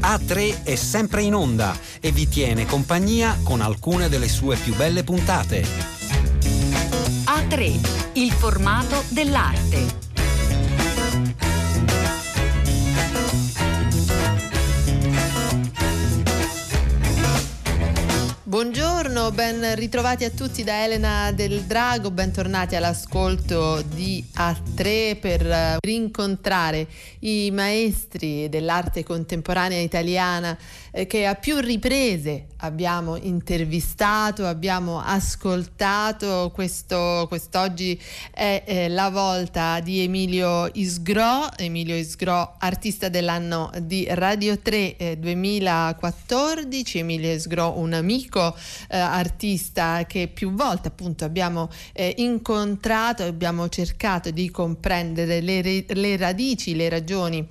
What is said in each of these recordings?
A3 è sempre in onda e vi tiene compagnia con alcune delle sue più belle puntate. A3, il formato dell'arte. Buongiorno, ben ritrovati a tutti da Elena Del Drago, bentornati all'ascolto di A3 per rincontrare i maestri dell'arte contemporanea italiana che a più riprese abbiamo intervistato, abbiamo ascoltato. Quest'oggi è la volta di Emilio Isgrò, artista dell'anno di Radio 3 2014. Emilio Isgrò, un amico artista che più volte appunto abbiamo incontrato, abbiamo cercato di comprendere le radici, le ragioni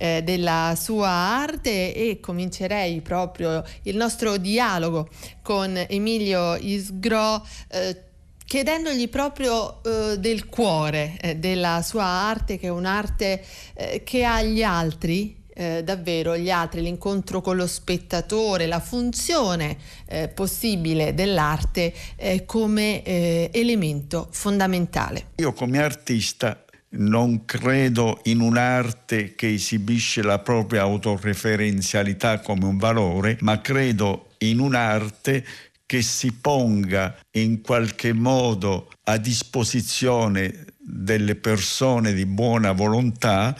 della sua arte, e comincerei proprio il nostro dialogo con Emilio Isgrò chiedendogli proprio del cuore della sua arte, che è un'arte che ha gli altri, davvero gli altri, l'incontro con lo spettatore, la funzione possibile dell'arte come elemento fondamentale. Io come artista non credo in un'arte che esibisce la propria autoreferenzialità come un valore, ma credo in un'arte che si ponga in qualche modo a disposizione delle persone di buona volontà,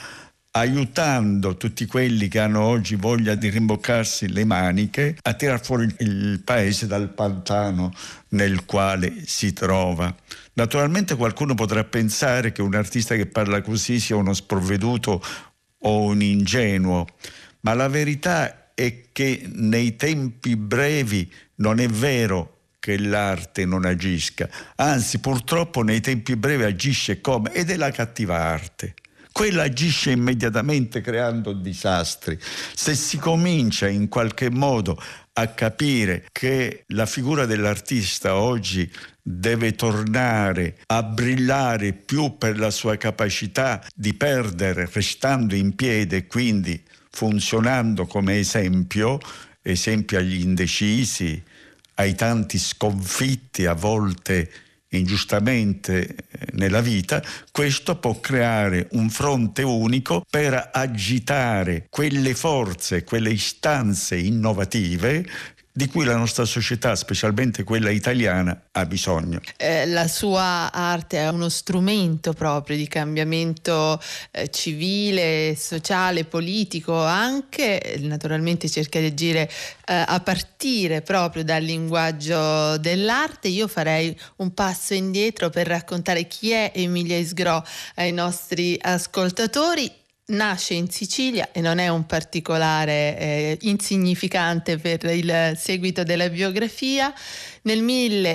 aiutando tutti quelli che hanno oggi voglia di rimboccarsi le maniche a tirar fuori il paese dal pantano nel quale si trova. Naturalmente qualcuno potrà pensare che un artista che parla così sia uno sprovveduto o un ingenuo, ma la verità è che nei tempi brevi non è vero che l'arte non agisca, anzi purtroppo nei tempi brevi agisce come, ed è la cattiva arte. Quella agisce immediatamente creando disastri. Se si comincia in qualche modo a capire che la figura dell'artista oggi deve tornare a brillare più per la sua capacità di perdere restando in piedi e quindi funzionando come esempio agli indecisi, ai tanti sconfitti a volte ingiustamente nella vita, questo può creare un fronte unico per agitare quelle forze, quelle istanze innovative di cui la nostra società, specialmente quella italiana, ha bisogno. La sua arte è uno strumento proprio di cambiamento civile, sociale, politico, anche naturalmente cerca di agire a partire proprio dal linguaggio dell'arte. Io farei un passo indietro per raccontare chi è Emilio Isgrò ai nostri ascoltatori. Nasce in Sicilia e non è un particolare insignificante per il seguito della biografia, nel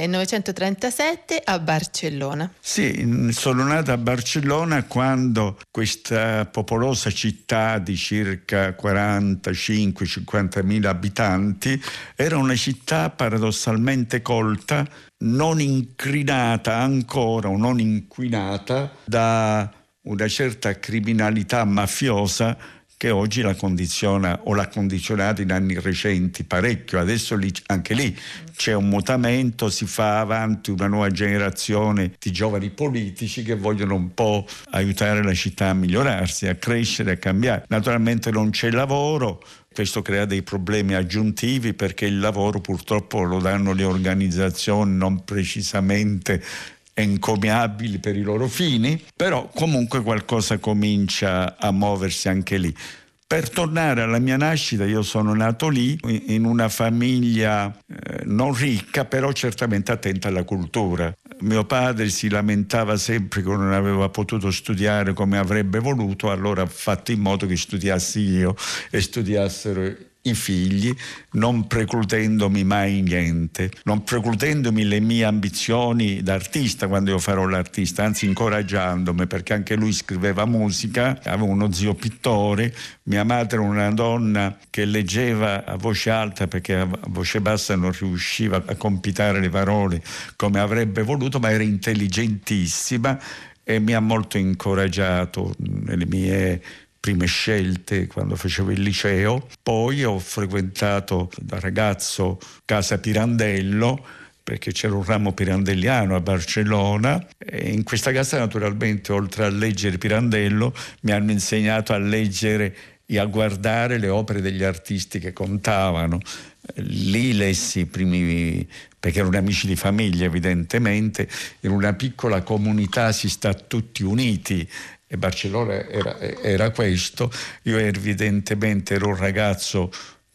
1937 a Barcellona. Sì, sono nato a Barcellona quando questa popolosa città di circa 45-50 mila abitanti era una città paradossalmente colta, non incrinata ancora o non inquinata da una certa criminalità mafiosa che oggi la condiziona o l'ha condizionato in anni recenti parecchio. Adesso anche lì c'è un mutamento, si fa avanti una nuova generazione di giovani politici che vogliono un po' aiutare la città a migliorarsi, a crescere, a cambiare. Naturalmente non c'è lavoro, questo crea dei problemi aggiuntivi perché il lavoro purtroppo lo danno le organizzazioni non precisamente encomiabili per i loro fini, però comunque qualcosa comincia a muoversi anche lì. Per tornare alla mia nascita, io sono nato lì in una famiglia non ricca, però certamente attenta alla cultura. Mio padre si lamentava sempre che non aveva potuto studiare come avrebbe voluto, allora ha fatto in modo che studiassi io e studiassero i figli, non precludendomi mai niente, non precludendomi le mie ambizioni d'artista quando io farò l'artista, anzi incoraggiandomi, perché anche lui scriveva musica, avevo uno zio pittore, mia madre una donna che leggeva a voce alta perché a voce bassa non riusciva a compitare le parole come avrebbe voluto, ma era intelligentissima e mi ha molto incoraggiato nelle mie prime scelte quando facevo il liceo. Poi ho frequentato da ragazzo Casa Pirandello, perché c'era un ramo pirandelliano a Barcellona, e in questa casa naturalmente, oltre a leggere Pirandello, mi hanno insegnato a leggere e a guardare le opere degli artisti che contavano. Lì lessi i primi, perché erano amici di famiglia evidentemente, in una piccola comunità si sta tutti uniti, e Barcellona era questo. Io evidentemente ero un ragazzo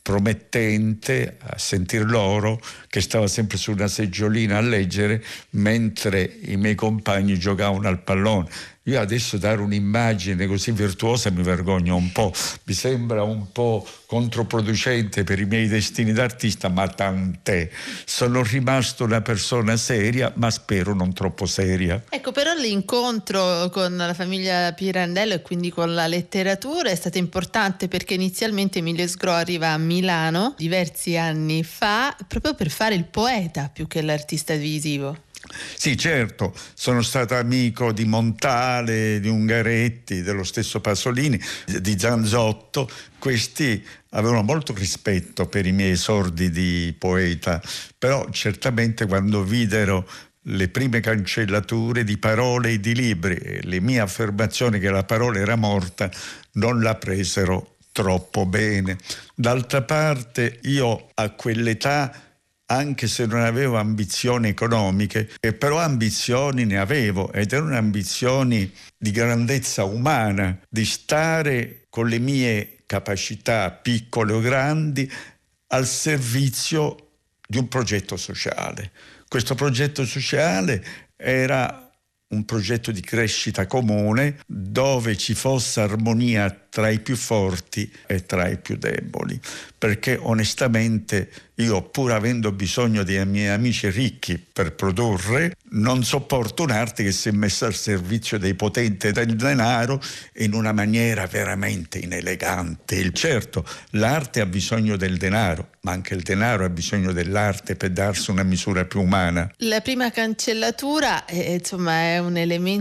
promettente, a sentir loro, che stava sempre su una seggiolina a leggere mentre i miei compagni giocavano al pallone. Io adesso dare un'immagine così virtuosa mi vergogno un po', mi sembra un po' controproducente per i miei destini d'artista, ma tant'è. Sono rimasto una persona seria, ma spero non troppo seria. Ecco, però l'incontro con la famiglia Pirandello e quindi con la letteratura è stato importante, perché inizialmente Emilio Sgro arriva a Milano diversi anni fa proprio per fare il poeta più che l'artista visivo. Sì, certo, sono stato amico di Montale, di Ungaretti, dello stesso Pasolini, di Zanzotto. Questi avevano molto rispetto per i miei esordi di poeta, però certamente quando videro le prime cancellature di parole e di libri e le mie affermazioni che la parola era morta, non la presero troppo bene. D'altra parte io a quell'età, anche se non avevo ambizioni economiche, però ambizioni ne avevo, ed erano ambizioni di grandezza umana, di stare con le mie capacità, piccole o grandi, al servizio di un progetto sociale. Questo progetto sociale era un progetto di crescita comune, dove ci fosse armonia tra i più forti e tra i più deboli, perché onestamente io, pur avendo bisogno dei miei amici ricchi per produrre, non sopporto un'arte che si è messa al servizio dei potenti e del denaro in una maniera veramente inelegante. Certo, l'arte ha bisogno del denaro, ma anche il denaro ha bisogno dell'arte per darsi una misura più umana. La prima cancellatura insomma è un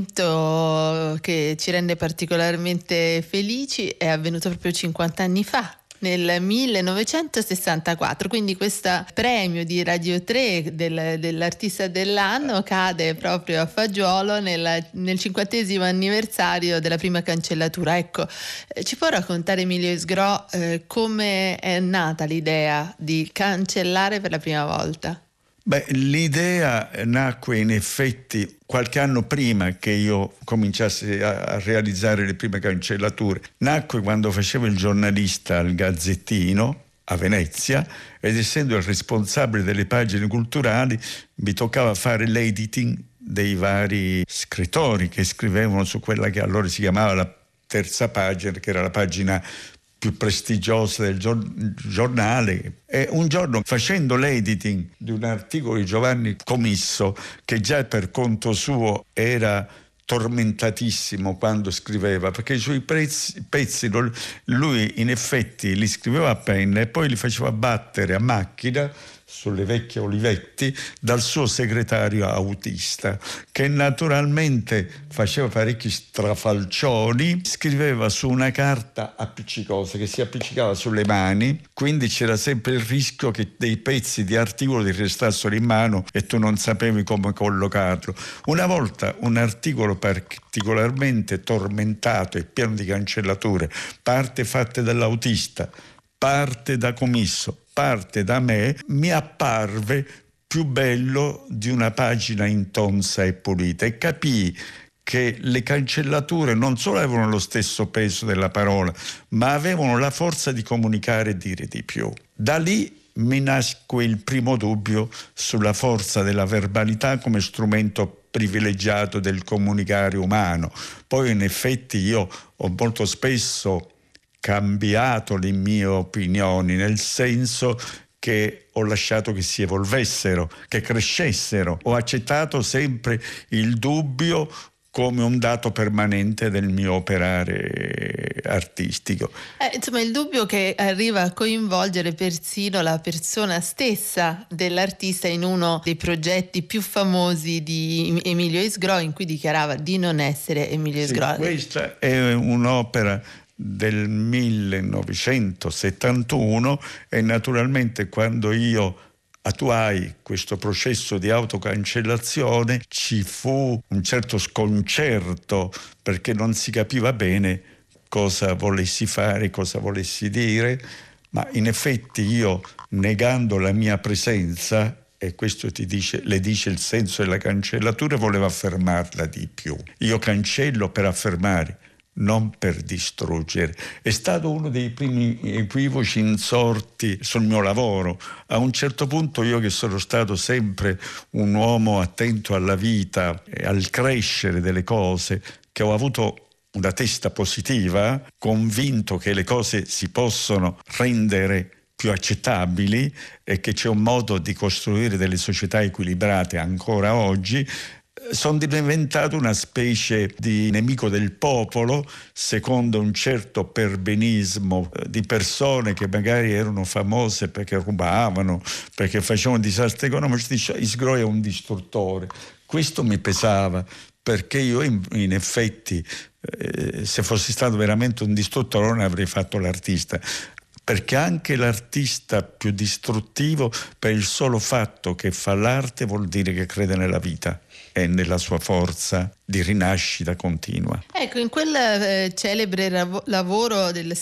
elemento che ci rende particolarmente felici, è avvenuto proprio 50 anni fa, nel 1964, quindi questo premio di Radio 3 dell'artista dell'anno cade proprio a fagiolo nel 50° anniversario della prima cancellatura. Ecco, ci può raccontare Emilio Sgro come è nata l'idea di cancellare per la prima volta? Beh, l'idea nacque in effetti qualche anno prima che io cominciassi a realizzare le prime cancellature. Nacque quando facevo il giornalista al Gazzettino a Venezia, ed essendo il responsabile delle pagine culturali mi toccava fare l'editing dei vari scrittori che scrivevano su quella che allora si chiamava la terza pagina, che era la pagina più prestigiosa del giornale. E un giorno, facendo l'editing di un articolo di Giovanni Comisso, che già per conto suo era tormentatissimo quando scriveva, perché i suoi pezzi lui in effetti li scriveva a penna e poi li faceva battere a macchina sulle vecchie Olivetti dal suo segretario autista, che naturalmente faceva parecchi strafalcioni, scriveva su una carta appiccicosa che si appiccicava sulle mani, quindi c'era sempre il rischio che dei pezzi di articolo ti restassero in mano e tu non sapevi come collocarlo. Una volta un articolo particolarmente tormentato e pieno di cancellature, parte fatte dall'autista, parte da Comisso, parte da me, mi apparve più bello di una pagina intonsa e pulita, e capii che le cancellature non solo avevano lo stesso peso della parola, ma avevano la forza di comunicare e dire di più. Da lì mi nacque il primo dubbio sulla forza della verbalità come strumento privilegiato del comunicare umano. Poi in effetti io ho molto spesso cambiato le mie opinioni, nel senso che ho lasciato che si evolvessero, che crescessero. Ho accettato sempre il dubbio come un dato permanente del mio operare artistico. Insomma, il dubbio che arriva a coinvolgere persino la persona stessa dell'artista in uno dei progetti più famosi di Emilio Sgro, in cui dichiarava di non essere Emilio Sgro. Questa è un'opera del 1971 e naturalmente quando io attuai questo processo di autocancellazione ci fu un certo sconcerto perché non si capiva bene cosa volessi fare, cosa volessi dire, ma in effetti io, negando la mia presenza, e questo le dice il senso della cancellatura, volevo affermarla di più. Io cancello per affermare, non per distruggere. È stato uno dei primi equivoci insorti sul mio lavoro. A un certo punto io, che sono stato sempre un uomo attento alla vita e al crescere delle cose, che ho avuto una testa positiva, convinto che le cose si possono rendere più accettabili e che c'è un modo di costruire delle società equilibrate ancora oggi, sono diventato una specie di nemico del popolo, secondo un certo perbenismo di persone che magari erano famose perché rubavano, perché facevano disastri economici. Dice, Isgro è un distruttore. Questo mi pesava, perché io in effetti, se fossi stato veramente un distruttore, non avrei fatto l'artista. Perché anche l'artista più distruttivo, per il solo fatto che fa l'arte, vuol dire che crede nella vita e nella sua forza di rinascita continua. Ecco, in quel celebre lavoro del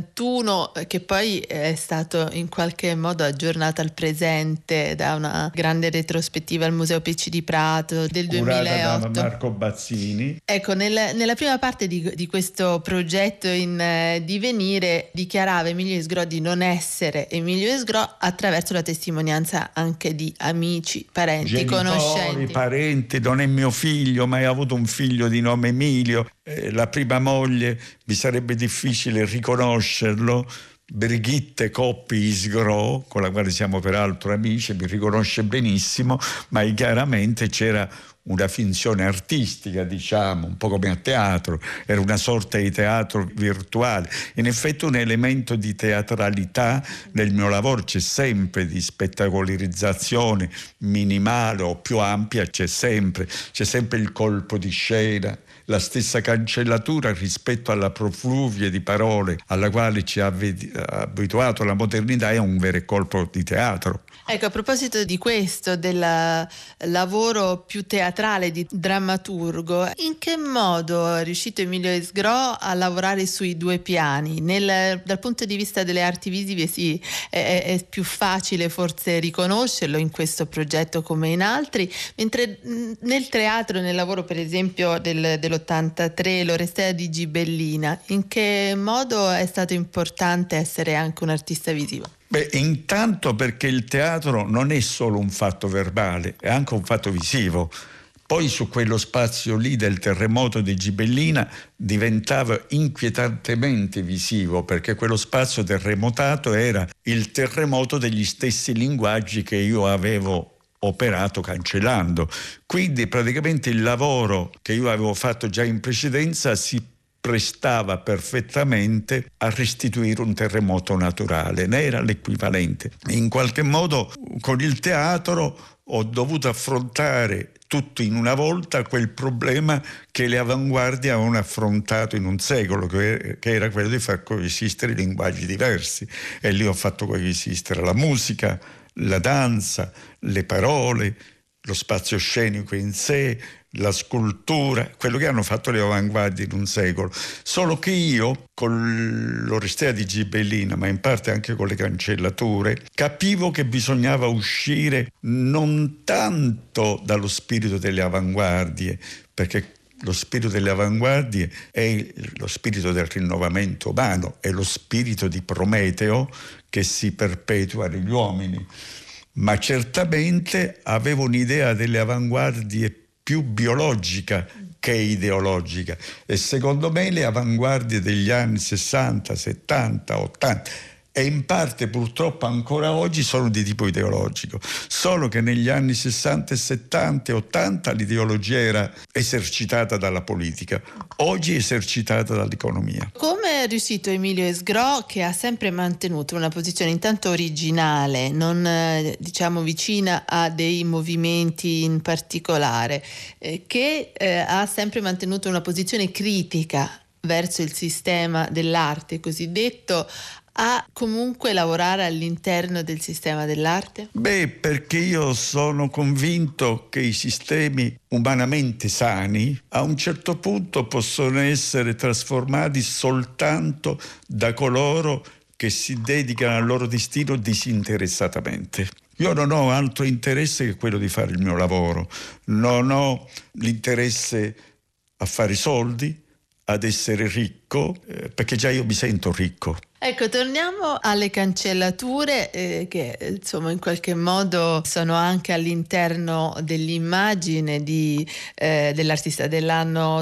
71, che poi è stato in qualche modo aggiornato al presente da una grande retrospettiva al Museo PC di Prato del 2008. Da Marco Bazzini. Ecco, nella prima parte di questo progetto in divenire dichiarava Emilio Esgro di non essere Emilio Esgro attraverso la testimonianza anche di amici, parenti, genitori, conoscenti. Parenti, non è mio figlio, ma hai avuto un figlio di nome Emilio. La prima moglie, mi sarebbe difficile riconoscerlo, Brigitte Coppi Isgro, con la quale siamo peraltro amici, mi riconosce benissimo, ma chiaramente c'era una finzione artistica, diciamo, un po' come a teatro, era una sorta di teatro virtuale. In effetti un elemento di teatralità nel mio lavoro c'è sempre, di spettacolarizzazione minimale o più ampia c'è sempre il colpo di scena, la stessa cancellatura rispetto alla profluvie di parole alla quale ci ha abituato la modernità, è un vero colpo di teatro. Ecco, a proposito di questo, del lavoro più teatrale di drammaturgo, in che modo è riuscito Emilio Esgro a lavorare sui due piani? Dal punto di vista delle arti visive sì, è più facile forse riconoscerlo in questo progetto come in altri, mentre nel teatro, nel lavoro per esempio dell'83, l'Orestea di Gibellina, in che modo è stato importante essere anche un artista visivo? Beh, intanto perché il teatro non è solo un fatto verbale, è anche un fatto visivo. Poi su quello spazio lì del terremoto di Gibellina diventava inquietantemente visivo, perché quello spazio terremotato era il terremoto degli stessi linguaggi che io avevo operato cancellando. Quindi praticamente il lavoro che io avevo fatto già in precedenza si prestava perfettamente a restituire un terremoto naturale, ne era l'equivalente. In qualche modo con il teatro ho dovuto affrontare tutto in una volta quel problema che le avanguardie avevano affrontato in un secolo, che era quello di far coesistere linguaggi diversi, e lì ho fatto coesistere la musica, la danza, le parole, lo spazio scenico in sé, la scultura, quello che hanno fatto le avanguardie in un secolo. Solo che io, con l'Orestea di Gibellina, ma in parte anche con le cancellature, capivo che bisognava uscire non tanto dallo spirito delle avanguardie, perché lo spirito delle avanguardie è lo spirito del rinnovamento umano, è lo spirito di Prometeo che si perpetua negli uomini. Ma certamente avevo un'idea delle avanguardie più biologica che ideologica, e secondo me le avanguardie degli anni 60, 70, 80 e in parte purtroppo ancora oggi sono di tipo ideologico, solo che negli anni 60, 70 e 80 l'ideologia era esercitata dalla politica, oggi è esercitata dall'economia. Come è riuscito Emilio Esgro, che ha sempre mantenuto una posizione intanto originale, non diciamo vicina a dei movimenti in particolare, che ha sempre mantenuto una posizione critica verso il sistema dell'arte cosiddetto, a comunque lavorare all'interno del sistema dell'arte? Perché io sono convinto che i sistemi umanamente sani a un certo punto possono essere trasformati soltanto da coloro che si dedicano al loro destino disinteressatamente. Io non ho altro interesse che quello di fare il mio lavoro, non ho l'interesse a fare soldi, ad essere ricco, perché già io mi sento ricco. Ecco, torniamo alle cancellature che insomma in qualche modo sono anche all'interno dell'immagine dell'artista dell'anno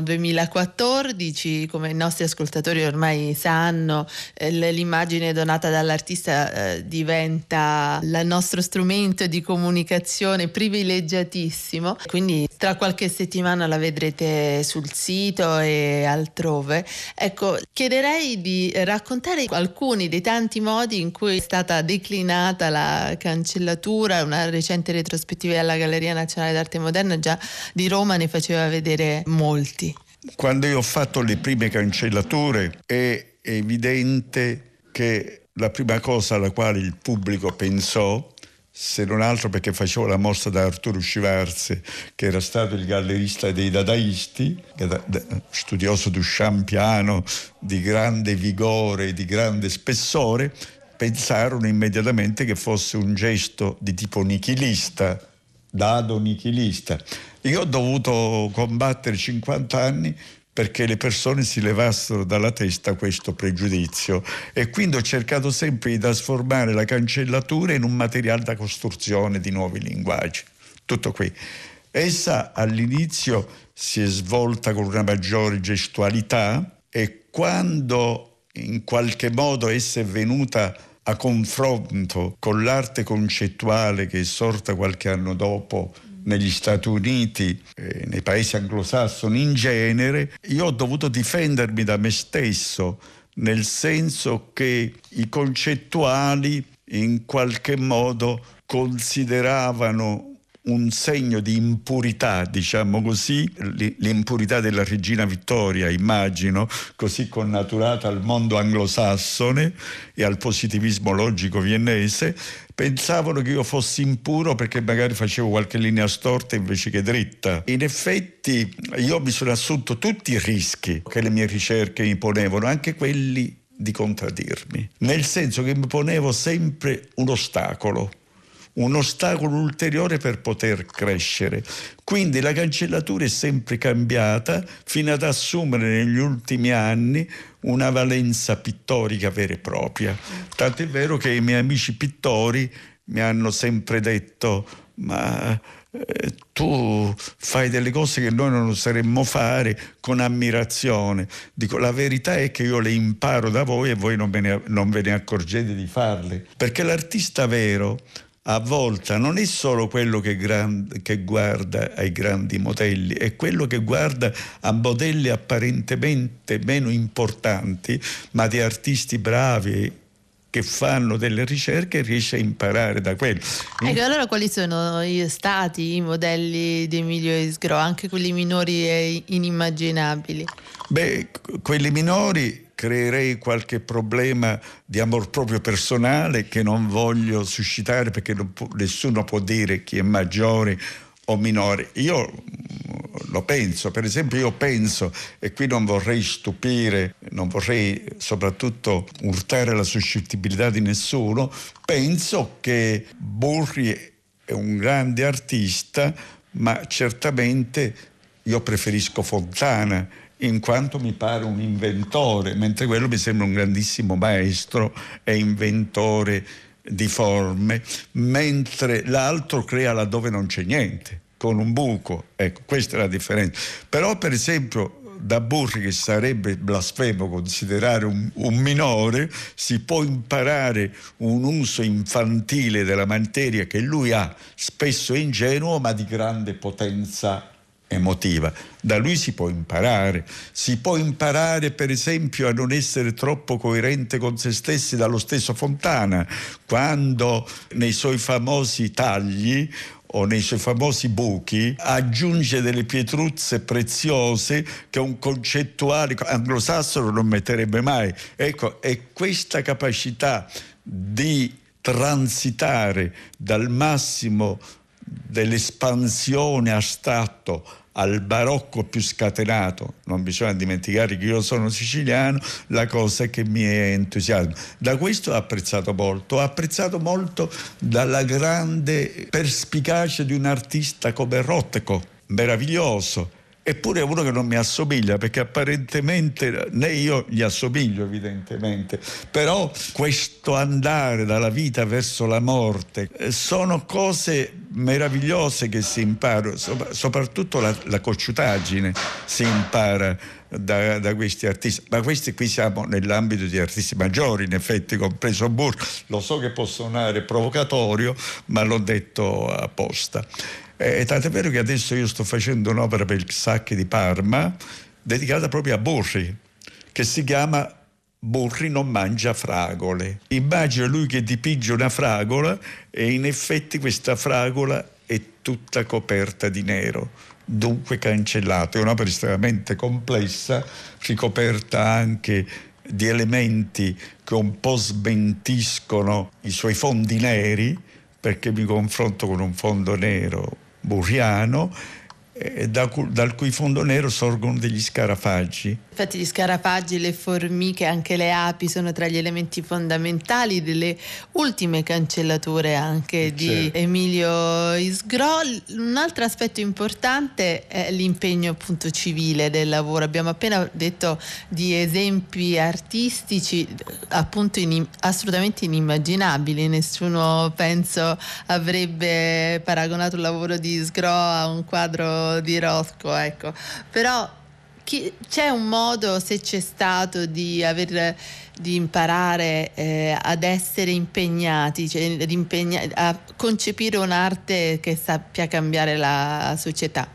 2014. Come i nostri ascoltatori ormai sanno, l'immagine donata dall'artista diventa il nostro strumento di comunicazione privilegiatissimo, quindi tra qualche settimana la vedrete sul sito e altrove. Ecco, chiederei di raccontare alcuni dei tanti modi in cui è stata declinata la cancellatura. Una recente retrospettiva alla Galleria Nazionale d'Arte Moderna già di Roma ne faceva vedere molti. Quando io ho fatto le prime cancellature è evidente che la prima cosa alla quale il pubblico pensò, se non altro perché facevo la mostra da Arturo Scivarze, che era stato il gallerista dei dadaisti, studioso duchampiano di grande vigore, di grande spessore, pensarono immediatamente che fosse un gesto di tipo nichilista, dado nichilista. Io ho dovuto combattere 50 anni perché le persone si levassero dalla testa questo pregiudizio, e quindi ho cercato sempre di trasformare la cancellatura in un materiale da costruzione di nuovi linguaggi. Tutto qui. Essa all'inizio si è svolta con una maggiore gestualità, e quando in qualche modo essa è venuta a confronto con l'arte concettuale che è sorta qualche anno dopo negli Stati Uniti e nei paesi anglosassoni in genere, io ho dovuto difendermi da me stesso, nel senso che i concettuali in qualche modo consideravano un segno di impurità, diciamo così, l'impurità della regina Vittoria, immagino, così connaturata al mondo anglosassone e al positivismo logico viennese. Pensavano che io fossi impuro perché magari facevo qualche linea storta invece che dritta. In effetti io mi sono assunto tutti i rischi che le mie ricerche mi ponevano, anche quelli di contraddirmi, nel senso che mi ponevo sempre un ostacolo ulteriore per poter crescere. Quindi la cancellatura è sempre cambiata fino ad assumere negli ultimi anni una valenza pittorica vera e propria. Tant'è vero che i miei amici pittori mi hanno sempre detto: ma tu fai delle cose che noi non oseremmo fare, con ammirazione. Dico, la verità è che io le imparo da voi e voi non ve ne accorgete di farle, perché l'artista vero a volte non è solo quello che guarda ai grandi modelli, è quello che guarda a modelli apparentemente meno importanti, ma di artisti bravi che fanno delle ricerche e riesce a imparare da quello. Ecco, allora quali sono stati i modelli di Emilio Esgro, anche quelli minori e inimmaginabili? Quelli minori creerei qualche problema di amor proprio personale che non voglio suscitare, perché nessuno può dire chi è maggiore o minore. Io lo penso, per esempio io penso, e qui non vorrei stupire, non vorrei soprattutto urtare la suscettibilità di nessuno, penso che Burri è un grande artista, ma certamente io preferisco Fontana, in quanto mi pare un inventore, mentre quello mi sembra un grandissimo maestro e inventore di forme, mentre l'altro crea laddove non c'è niente, con un buco. Ecco, questa è la differenza. Però per esempio da Burri, che sarebbe blasfemo considerare un minore, si può imparare un uso infantile della materia che lui ha, spesso ingenuo ma di grande potenza emotiva. Da lui si può imparare per esempio a non essere troppo coerente con se stessi, dallo stesso Fontana, quando nei suoi famosi tagli o nei suoi famosi buchi, aggiunge delle pietruzze preziose che un concettuale anglosassone non metterebbe mai. Ecco, è questa capacità di transitare dal massimo dell'espansione astratto al barocco più scatenato. Non bisogna dimenticare che io sono siciliano, la cosa che mi entusiasma. Da questo ho apprezzato molto dalla grande perspicacia di un artista come Rothko, meraviglioso. Eppure è uno che non mi assomiglia, perché apparentemente né io gli assomiglio evidentemente, però questo andare dalla vita verso la morte sono cose meravigliose che si imparano, soprattutto la cocciutaggine si impara da questi artisti, ma questi qui siamo nell'ambito di artisti maggiori, in effetti, compreso Burri. Lo so che può suonare provocatorio, ma l'ho detto apposta. Tant'è vero che adesso io sto facendo un'opera per il Sacchi di Parma dedicata proprio a Burri, che si chiama Burri non mangia fragole. Immagina lui che dipinge una fragola e in effetti questa fragola è tutta coperta di nero, dunque cancellata. È un'opera estremamente complessa, ricoperta anche di elementi che un po' smentiscono i suoi fondi neri, perché mi confronto con un fondo nero burriano, dal cui fondo nero sorgono degli scarafaggi. Infatti gli scarafaggi, le formiche, anche le api sono tra gli elementi fondamentali delle ultime cancellature anche di Emilio Isgrò. Un altro aspetto importante è l'impegno appunto civile del lavoro. Abbiamo appena detto di esempi artistici appunto assolutamente inimmaginabili. Nessuno, penso, avrebbe paragonato il lavoro di Isgrò a un quadro di Rothko, ecco. Però c'è un modo, se c'è stato, di imparare ad essere impegnati, cioè a concepire un'arte che sappia cambiare la società?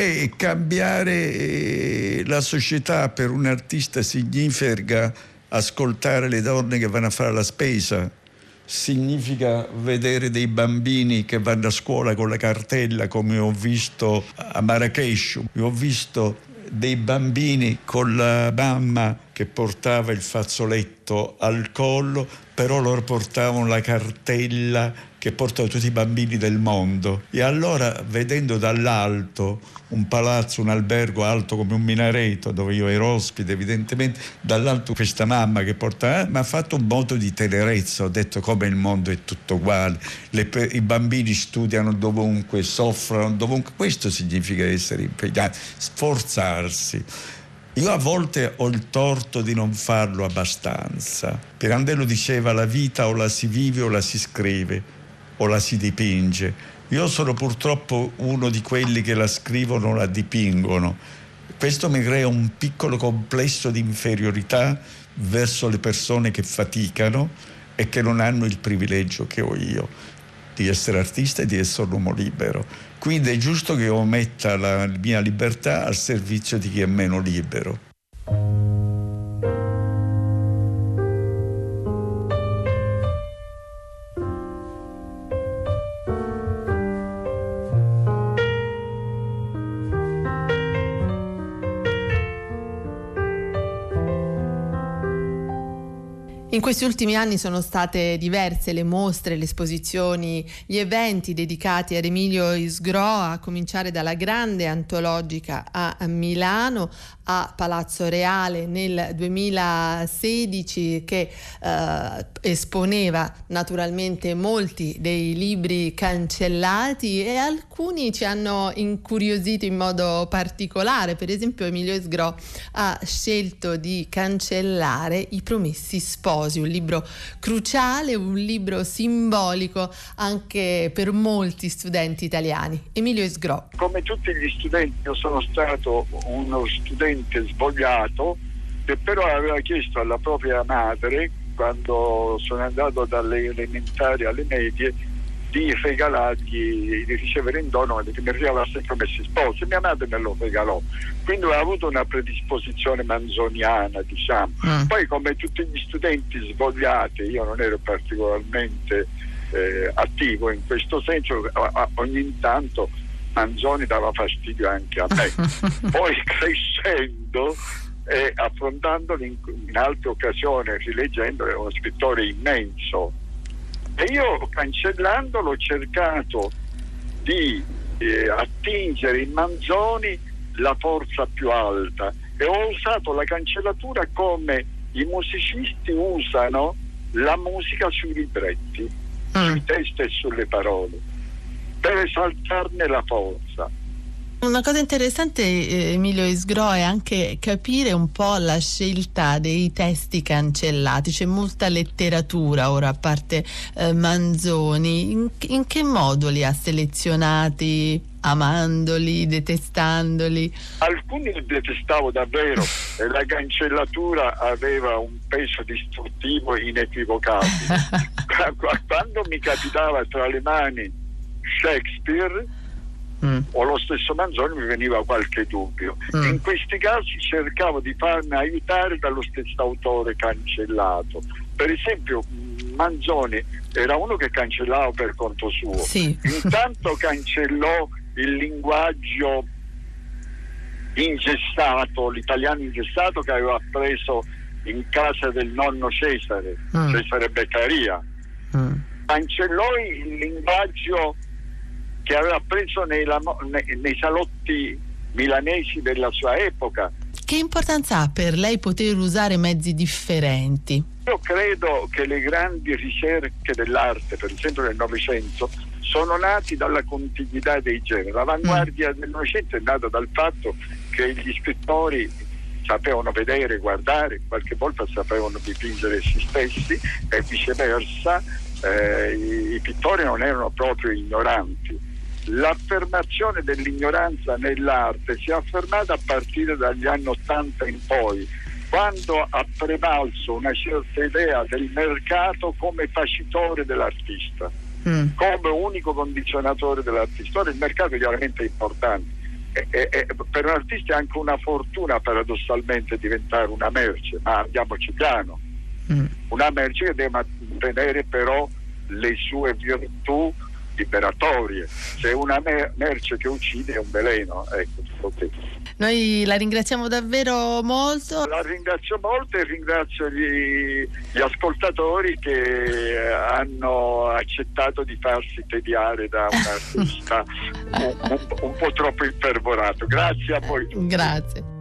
Cambiare la società per un artista significa ascoltare le donne che vanno a fare la spesa, significa vedere dei bambini che vanno a scuola con la cartella, come ho visto a Marrakech. Ho visto dei bambini con la mamma che portava il fazzoletto al collo, però loro portavano la cartella che portano tutti i bambini del mondo. E allora, vedendo dall'alto un palazzo, un albergo alto come un minareto, dove io ero ospite, evidentemente, dall'alto questa mamma che portava, mi ha fatto un moto di tenerezza. Ho detto come il mondo è tutto uguale, i bambini studiano dovunque, soffrono dovunque. Questo significa essere impegnati, sforzarsi. Io a volte ho il torto di non farlo abbastanza. Pirandello diceva: la vita o la si vive o la si scrive o la si dipinge. Io sono purtroppo uno di quelli che la scrivono o la dipingono. Questo mi crea un piccolo complesso di inferiorità verso le persone che faticano e che non hanno il privilegio che ho io di essere artista e di essere un uomo libero. Quindi è giusto che io metta la mia libertà al servizio di chi è meno libero. In questi ultimi anni sono state diverse le mostre, le esposizioni, gli eventi dedicati ad Emilio Isgrò, a cominciare dalla grande antologica a Milano, a Palazzo Reale nel 2016, che esponeva naturalmente molti dei libri cancellati, e alcuni ci hanno incuriosito in modo particolare. Per esempio Emilio Isgrò ha scelto di cancellare I Promessi Sposi, un libro cruciale, un libro simbolico anche per molti studenti italiani. Emilio Isgrò. Come tutti gli studenti, io sono stato uno studente svogliato, che però aveva chiesto alla propria madre, quando sono andato dalle elementari alle medie, di regalargli, di ricevere in dono, che mi regalasse I Promessi Sposi. Mia madre me lo regalò, quindi ho avuto una predisposizione manzoniana, diciamo. Poi, come tutti gli studenti svogliati, io non ero particolarmente attivo in questo senso. Ogni tanto Manzoni dava fastidio anche a me. Poi crescendo e affrontandolo in altre occasioni, rileggendolo, è uno scrittore immenso. E io, cancellandolo, ho cercato di attingere in Manzoni la forza più alta, e ho usato la cancellatura come i musicisti usano la musica sui libretti, sui testi e sulle parole, per esaltarne la forza. Una cosa interessante, Emilio Isgrò, è anche capire un po' la scelta dei testi cancellati. C'è molta letteratura ora, a parte Manzoni. In che modo li ha selezionati? Amandoli, detestandoli? Alcuni li detestavo davvero e la cancellatura aveva un peso distruttivo inequivocabile. Quando mi capitava tra le mani Shakespeare o lo stesso Manzoni, mi veniva qualche dubbio. In questi casi cercavo di farmi aiutare dallo stesso autore cancellato. Per esempio Manzoni era uno che cancellava per conto suo. Sì. Intanto cancellò il linguaggio ingessato, l'italiano ingessato che aveva preso in casa del nonno Cesare Beccaria. Cancellò il linguaggio che aveva preso nei salotti milanesi della sua epoca. Che importanza ha per lei poter usare mezzi differenti? Io credo che le grandi ricerche dell'arte, per esempio del Novecento, sono nati dalla contiguità dei generi. L'avanguardia del Novecento è nata dal fatto che gli scrittori sapevano vedere, guardare, qualche volta sapevano dipingere essi stessi, e viceversa i pittori non erano proprio ignoranti. L'affermazione dell'ignoranza nell'arte si è affermata a partire dagli anni '80 in poi, quando ha prevalso una certa idea del mercato come facitore dell'artista, come unico condizionatore dell'artista. Ora il mercato chiaramente è importante, e per un artista è anche una fortuna paradossalmente diventare una merce, ma andiamoci piano, una merce che deve mantenere però le sue virtù liberatorie. Se è una merce che uccide è un veleno, ecco. Noi la ringraziamo davvero molto. La ringrazio molto e ringrazio gli ascoltatori che hanno accettato di farsi tediare da un artista un po' troppo impervorato. Grazie a voi tutti. Grazie.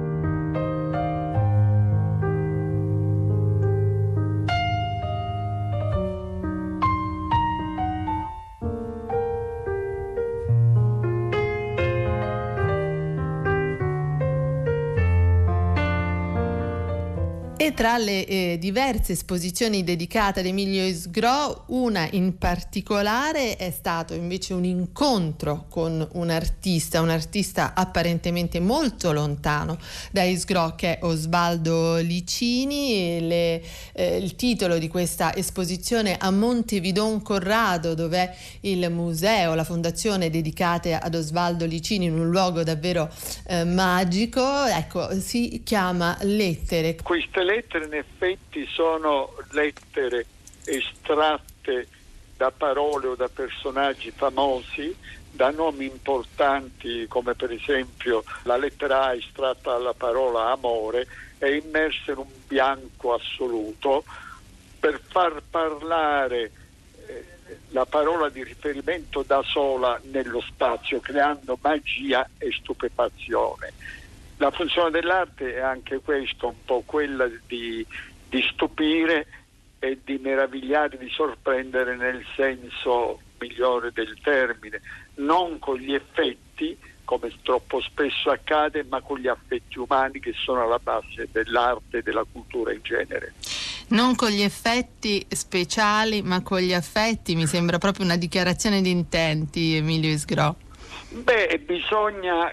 E tra le diverse esposizioni dedicate ad Emilio Isgrò, una in particolare è stato invece un incontro con un artista apparentemente molto lontano da Isgrò, che è Osvaldo Licini. Il titolo di questa esposizione a Montevidon Corrado, dov'è il museo, la fondazione dedicate ad Osvaldo Licini, in un luogo davvero magico, ecco, si chiama Lettere. Queste lettere in effetti sono lettere estratte da parole o da personaggi famosi, da nomi importanti, come per esempio la lettera A estratta dalla parola amore, è immersa in un bianco assoluto per far parlare la parola di riferimento da sola nello spazio, creando magia e stupefazione. La funzione dell'arte è anche questo, un po' quella di stupire e di meravigliare, di sorprendere nel senso migliore del termine, non con gli effetti, come troppo spesso accade, ma con gli affetti umani che sono alla base dell'arte e della cultura in genere. Non con gli effetti speciali, ma con gli affetti, mi sembra proprio una dichiarazione di intenti, Emilio Isgrò. Bisogna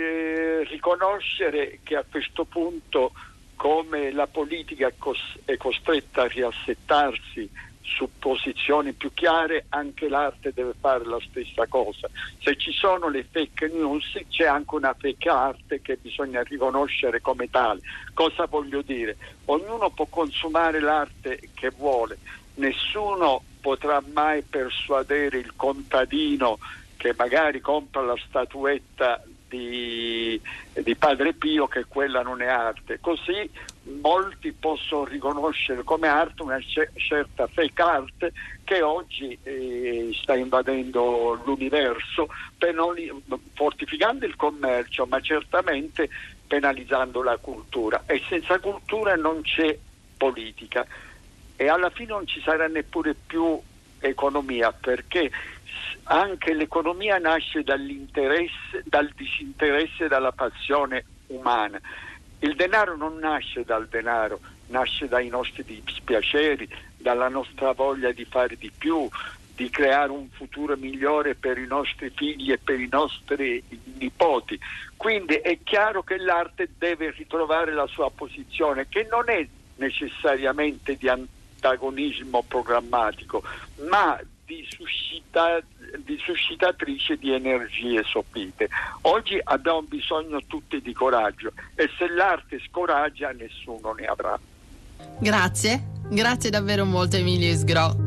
riconoscere che a questo punto, come la politica è costretta a riassettarsi su posizioni più chiare, anche l'arte deve fare la stessa cosa. Se ci sono le fake news, c'è anche una fake arte che bisogna riconoscere come tale. Cosa voglio dire? Ognuno può consumare l'arte che vuole, nessuno potrà mai persuadere il contadino che magari compra la statuetta di Padre Pio che quella non è arte. Così molti possono riconoscere come arte una certa fake art che oggi sta invadendo l'universo, fortificando il commercio, ma certamente penalizzando la cultura. E senza cultura non c'è politica e alla fine non ci sarà neppure più economia, perché anche l'economia nasce dall'interesse, dal disinteresse, dalla passione umana. Il denaro non nasce dal denaro, nasce dai nostri dispiaceri, dalla nostra voglia di fare di più, di creare un futuro migliore per i nostri figli e per i nostri nipoti. Quindi è chiaro che l'arte deve ritrovare la sua posizione, che non è necessariamente di antagonismo programmatico, ma di suscitatrice di energie sopite. Oggi abbiamo bisogno tutti di coraggio e se l'arte scoraggia nessuno ne avrà. Grazie davvero molto Emilio Isgrò.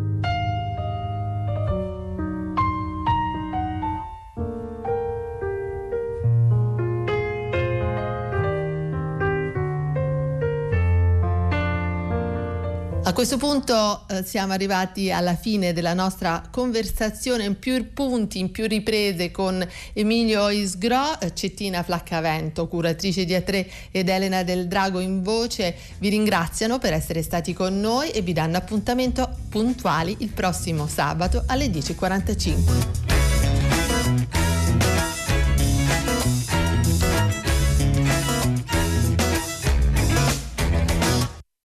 A questo punto siamo arrivati alla fine della nostra conversazione in più punti, in più riprese con Emilio Isgrò, Cettina Flaccavento, curatrice di A3 ed Elena Del Drago in voce. Vi ringraziano per essere stati con noi e vi danno appuntamento puntuali il prossimo sabato alle 10:45.